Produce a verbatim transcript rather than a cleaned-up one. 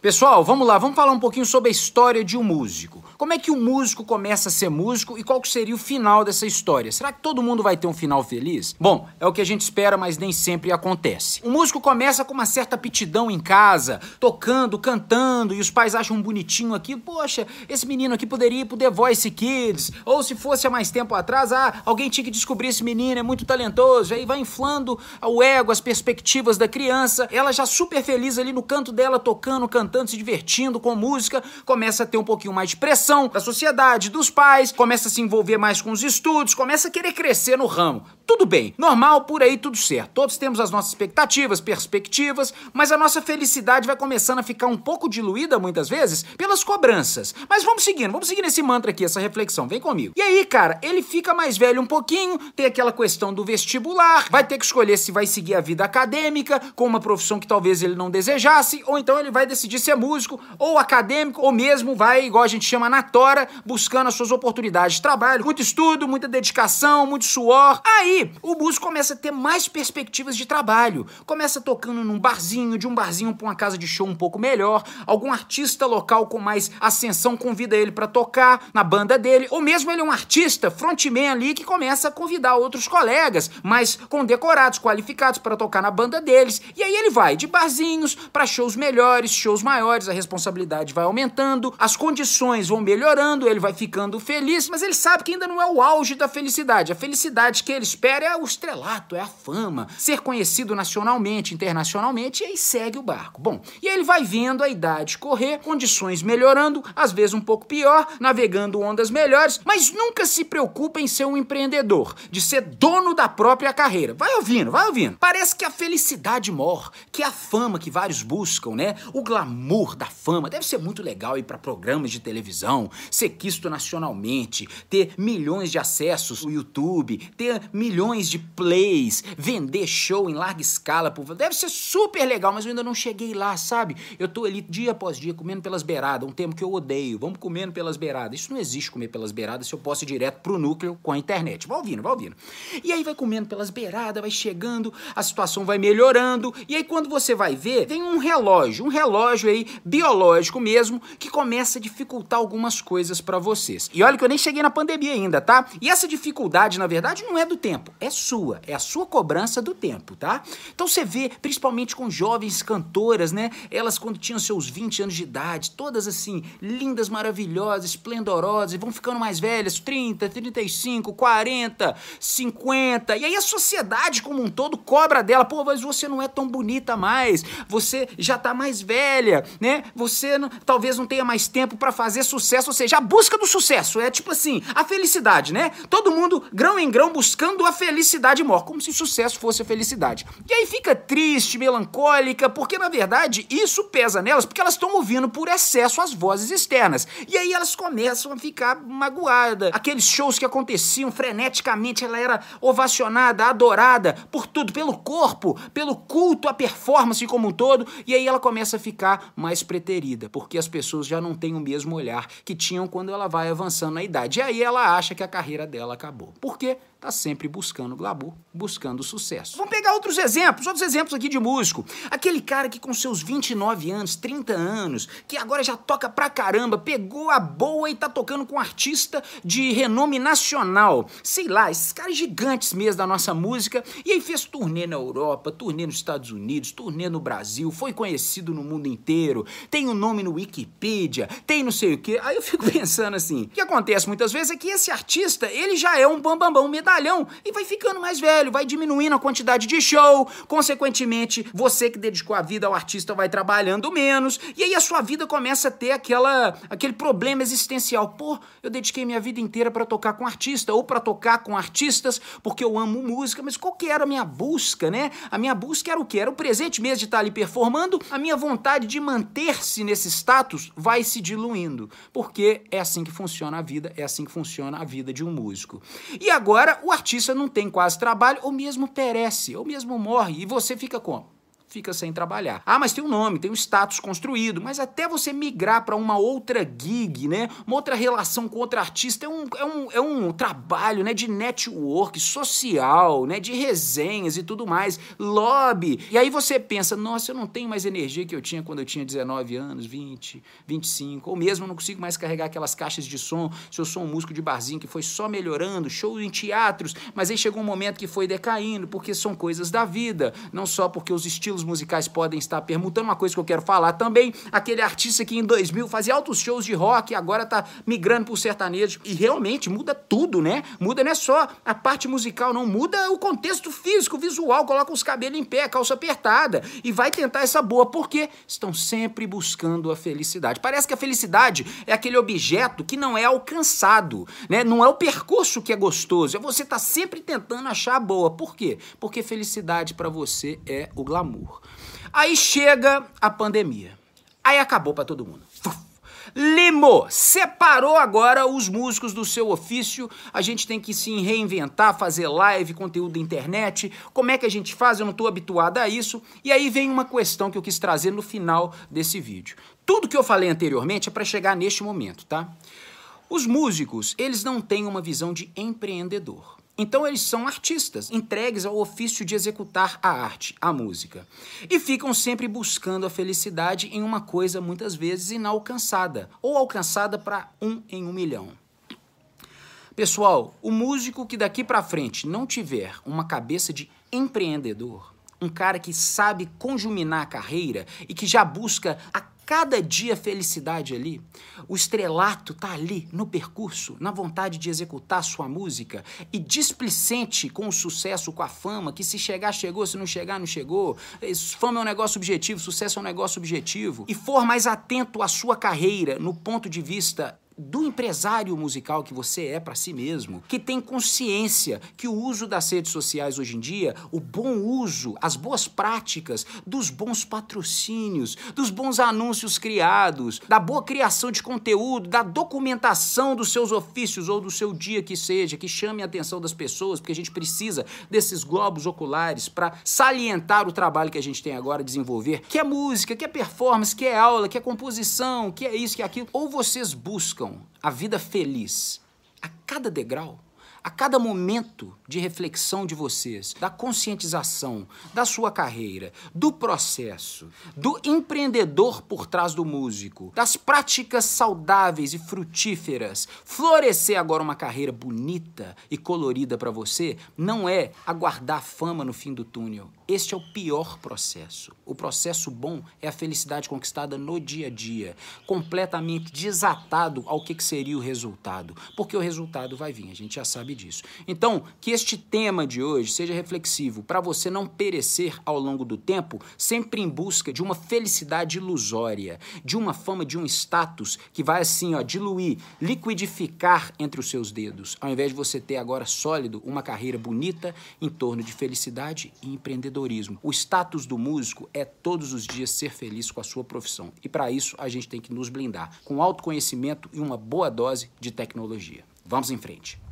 Pessoal, vamos lá, vamos falar um pouquinho sobre a história de um músico. Como é que um músico começa a ser músico e qual que seria o final dessa história? Será que todo mundo vai ter um final feliz? Bom, é o que a gente espera, mas nem sempre acontece. O músico começa com uma certa aptidão em casa, tocando, cantando, e os pais acham bonitinho aquilo. Poxa, esse menino aqui poderia ir pro The Voice Kids. Ou se fosse há mais tempo atrás, ah, alguém tinha que descobrir esse menino, é muito talentoso. Aí vai inflando o ego, as perspectivas da criança. Ela já super feliz ali no canto dela, tocando, cantando, se divertindo com música, começa a ter um pouquinho mais de pressão da sociedade, dos pais, começa a se envolver mais com os estudos, começa a querer crescer no ramo. Tudo bem, normal, por aí tudo certo. Todos temos as nossas expectativas, perspectivas, mas a nossa felicidade vai começando a ficar um pouco diluída muitas vezes pelas cobranças. Mas vamos seguindo, vamos seguir nesse mantra aqui, essa reflexão, vem comigo. E aí, cara, ele fica mais velho um pouquinho, tem aquela questão do vestibular, vai ter que escolher se vai seguir a vida acadêmica com uma profissão que talvez ele não desejasse, ou então ele vai decidir ser músico, ou acadêmico, ou mesmo vai, igual a gente chama na tora, buscando as suas oportunidades de trabalho, muito estudo, muita dedicação, muito suor. Aí, o músico começa a ter mais perspectivas de trabalho, começa tocando num barzinho, de um barzinho pra uma casa de show um pouco melhor, algum artista local com mais ascensão convida ele pra tocar na banda dele, ou mesmo ele é um artista, frontman ali, que começa a convidar outros colegas, mais condecorados, qualificados para tocar na banda deles, e aí ele vai de barzinhos pra shows melhores, shows maiores, a responsabilidade vai aumentando, as condições vão melhorando, ele vai ficando feliz, mas ele sabe que ainda não é o auge da felicidade. A felicidade que ele espera é o estrelato, é a fama, ser conhecido nacionalmente, internacionalmente, e aí segue o barco. Bom, e aí ele vai vendo a idade correr, condições melhorando, às vezes um pouco pior, navegando ondas melhores, mas nunca se preocupa em ser um empreendedor, de ser dono da própria carreira. Vai ouvindo, vai ouvindo. Parece que a felicidade mor, que é a fama que vários buscam, né? O glamour da fama. Deve ser muito legal ir para programas de televisão, ser quisto nacionalmente, ter milhões de acessos no YouTube, ter milhões de plays, vender show em larga escala. Deve ser super legal, mas eu ainda não cheguei lá, sabe? Eu tô ali dia após dia comendo pelas beiradas, um termo que eu odeio. Vamos comendo pelas beiradas. Isso não existe, comer pelas beiradas, se eu posso ir direto pro núcleo com a internet. Vai ouvindo, vai ouvindo. E aí vai comendo pelas beiradas, vai chegando, a situação vai melhorando, e aí quando você vai ver, tem um relógio, um relógio aí biológico mesmo, que começa a dificultar algumas coisas pra vocês. E olha que eu nem cheguei na pandemia ainda, tá? E essa dificuldade, na verdade, não é do tempo, é sua, é a sua cobrança do tempo, tá? Então você vê, principalmente com jovens cantoras, né? Elas quando tinham seus vinte anos de idade, todas assim, lindas, maravilhosas, esplendorosas, e vão ficando mais velhas, trinta, trinta e cinco, quarenta, cinquenta, e aí a sociedade como um todo cobra dela, pô, mas você não é tão bonita mais, você já tá mais velha, né? Você não, talvez não tenha mais tempo pra fazer sucesso, ou seja, a busca do sucesso é tipo assim, a felicidade, né? Todo mundo, grão em grão, buscando a felicidade maior, como se sucesso fosse a felicidade. E aí fica triste, melancólica, porque na verdade isso pesa nelas, porque elas estão ouvindo por excesso as vozes externas. E aí elas começam a ficar magoadas. Aqueles shows que aconteciam freneticamente, ela era ovacionada, adorada por tudo, pelo corpo, pelo culto, a performance como um todo, e aí ela começa a ficar mais preterida, porque as pessoas já não têm o mesmo olhar que tinham quando ela vai avançando na idade. E aí ela acha que a carreira dela acabou. Por quê? Tá sempre buscando glamour, buscando sucesso. Vamos pegar outros exemplos, outros exemplos aqui de músico. Aquele cara que com seus vinte e nove anos, trinta anos, que agora já toca pra caramba, pegou a boa e tá tocando com um artista de renome nacional. Sei lá, esses caras gigantes mesmo da nossa música. E aí fez turnê na Europa, turnê nos Estados Unidos, turnê no Brasil, foi conhecido no mundo inteiro, tem um nome no Wikipedia, tem não sei o quê. Aí eu fico pensando assim, o que acontece muitas vezes é que esse artista, ele já é um bambambão medalhão e vai ficando mais velho, vai diminuindo a quantidade de show, consequentemente, você que dedicou a vida ao artista vai trabalhando menos, e aí a sua vida começa a ter aquela, aquele problema existencial. Pô, eu dediquei minha vida inteira pra tocar com artista, ou pra tocar com artistas, porque eu amo música, mas qual que era a minha busca, né? A minha busca era o quê? Era o presente mesmo de estar ali performando, a minha vontade de manter-se nesse status vai se diluindo, porque é assim que funciona a vida, é assim que funciona a vida de um músico. E agora, o artista não tem quase trabalho, ou mesmo perece, ou mesmo morre, e você fica como? fica sem trabalhar. Ah, mas tem um nome, tem um status construído, mas até você migrar para uma outra gig, né? Uma outra relação com outro artista é um, é um, é um trabalho, né? De network social, né? De resenhas e tudo mais, lobby. E aí você pensa, nossa, eu não tenho mais energia que eu tinha quando eu tinha dezenove anos, vinte, vinte e cinco, ou mesmo eu não consigo mais carregar aquelas caixas de som, se eu sou um músico de barzinho que foi só melhorando, show em teatros, mas aí chegou um momento que foi decaindo, porque são coisas da vida, não só porque os estilos musicais podem estar permutando. Uma coisa que eu quero falar também, aquele artista que em dois mil fazia altos shows de rock e agora tá migrando pro sertanejo, e realmente muda tudo, né? Muda não é só a parte musical, não, muda o contexto físico, visual, coloca os cabelos em pé, calça apertada, e vai tentar essa boa, porque estão sempre buscando a felicidade. Parece que a felicidade é aquele objeto que não é alcançado, né? Não é o percurso que é gostoso, é você tá sempre tentando achar a boa. Por quê? Porque felicidade pra você é o glamour. Aí chega a pandemia. Aí acabou pra todo mundo. Limou, separou agora os músicos do seu ofício, a gente tem que se reinventar, fazer live, conteúdo da internet, como é que a gente faz? Eu não estou habituado a isso, e aí vem uma questão que eu quis trazer no final desse vídeo. Tudo que eu falei anteriormente é para chegar neste momento, tá? Os músicos, eles não têm uma visão de empreendedor. Então eles são artistas, entregues ao ofício de executar a arte, a música. E ficam sempre buscando a felicidade em uma coisa muitas vezes inalcançada, ou alcançada para um em um milhão. Pessoal, o músico que daqui para frente não tiver uma cabeça de empreendedor, um cara que sabe conjuminar a carreira e que já busca a cada dia felicidade ali, o estrelato tá ali no percurso, na vontade de executar sua música e displicente com o sucesso, com a fama, que se chegar, chegou, se não chegar, não chegou. Fama é um negócio subjetivo, sucesso é um negócio subjetivo. E for mais atento à sua carreira no ponto de vista do empresário musical que você é para si mesmo, que tem consciência que o uso das redes sociais hoje em dia, o bom uso, as boas práticas, dos bons patrocínios, dos bons anúncios criados, da boa criação de conteúdo, da documentação dos seus ofícios ou do seu dia que seja, que chame a atenção das pessoas, porque a gente precisa desses globos oculares para salientar o trabalho que a gente tem agora a desenvolver, que é música, que é performance, que é aula, que é composição, que é isso, que é aquilo. Ou vocês buscam a vida feliz a cada degrau, a cada momento de reflexão de vocês, da conscientização, da sua carreira, do processo, do empreendedor por trás do músico, das práticas saudáveis e frutíferas, florescer agora uma carreira bonita e colorida para você, não é aguardar fama no fim do túnel. Este é o pior processo. O processo bom é a felicidade conquistada no dia a dia, completamente desatado ao que seria o resultado, porque o resultado vai vir, a gente já sabe disso. Então, que este tema de hoje seja reflexivo para você não perecer ao longo do tempo, sempre em busca de uma felicidade ilusória, de uma fama, de um status que vai assim, ó, diluir, liquidificar entre os seus dedos, ao invés de você ter agora sólido uma carreira bonita em torno de felicidade e empreendedorismo. O status do músico é todos os dias ser feliz com a sua profissão. E para isso a gente tem que nos blindar com autoconhecimento e uma boa dose de tecnologia. Vamos em frente.